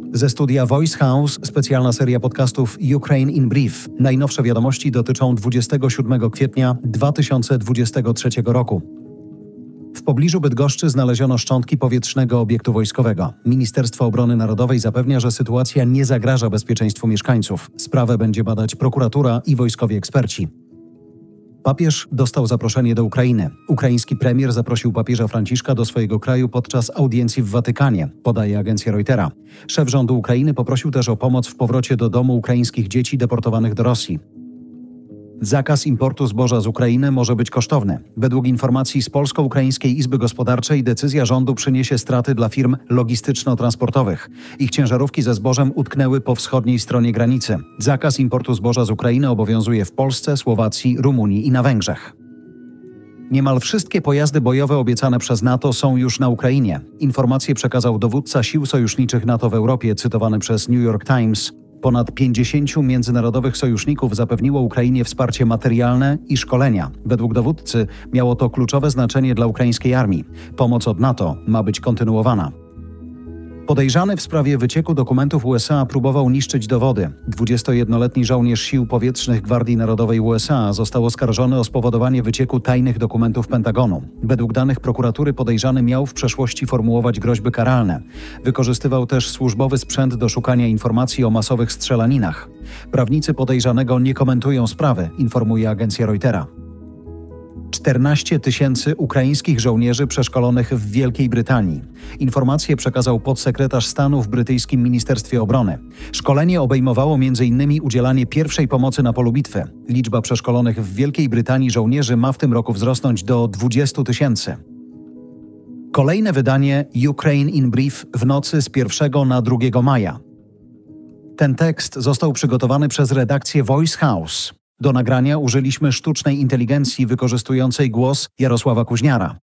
Ze studia Voice House specjalna seria podcastów Ukraine in Brief. Najnowsze wiadomości dotyczą 27 kwietnia 2023 roku. W pobliżu Bydgoszczy znaleziono szczątki powietrznego obiektu wojskowego. Ministerstwo Obrony Narodowej zapewnia, że sytuacja nie zagraża bezpieczeństwu mieszkańców. Sprawę będzie badać prokuratura i wojskowi eksperci. Papież dostał zaproszenie do Ukrainy. Ukraiński premier zaprosił papieża Franciszka do swojego kraju podczas audiencji w Watykanie, podaje agencja Reutera. Szef rządu Ukrainy poprosił też o pomoc w powrocie do domu ukraińskich dzieci deportowanych do Rosji. Zakaz importu zboża z Ukrainy może być kosztowny. Według informacji z Polsko-Ukraińskiej Izby Gospodarczej decyzja rządu przyniesie straty dla firm logistyczno-transportowych. Ich ciężarówki ze zbożem utknęły po wschodniej stronie granicy. Zakaz importu zboża z Ukrainy obowiązuje w Polsce, Słowacji, Rumunii i na Węgrzech. Niemal wszystkie pojazdy bojowe obiecane przez NATO są już na Ukrainie. Informację przekazał dowódca sił sojuszniczych NATO w Europie, cytowany przez New York Times. Ponad 50 międzynarodowych sojuszników zapewniło Ukrainie wsparcie materialne i szkolenia. Według dowódcy miało to kluczowe znaczenie dla ukraińskiej armii. Pomoc od NATO ma być kontynuowana. Podejrzany w sprawie wycieku dokumentów USA próbował niszczyć dowody. 21-letni żołnierz Sił Powietrznych Gwardii Narodowej USA został oskarżony o spowodowanie wycieku tajnych dokumentów Pentagonu. Według danych prokuratury podejrzany miał w przeszłości formułować groźby karalne. Wykorzystywał też służbowy sprzęt do szukania informacji o masowych strzelaninach. Prawnicy podejrzanego nie komentują sprawy, informuje agencja Reutera. 14 000 ukraińskich żołnierzy przeszkolonych w Wielkiej Brytanii. Informację przekazał podsekretarz stanu w brytyjskim Ministerstwie Obrony. Szkolenie obejmowało m.in. udzielanie pierwszej pomocy na polu bitwy. Liczba przeszkolonych w Wielkiej Brytanii żołnierzy ma w tym roku wzrosnąć do 20 000. Kolejne wydanie Ukraine in Brief w nocy z 1 na 2 maja. Ten tekst został przygotowany przez redakcję Voice House. Do nagrania użyliśmy sztucznej inteligencji wykorzystującej głos Jarosława Kuźniara.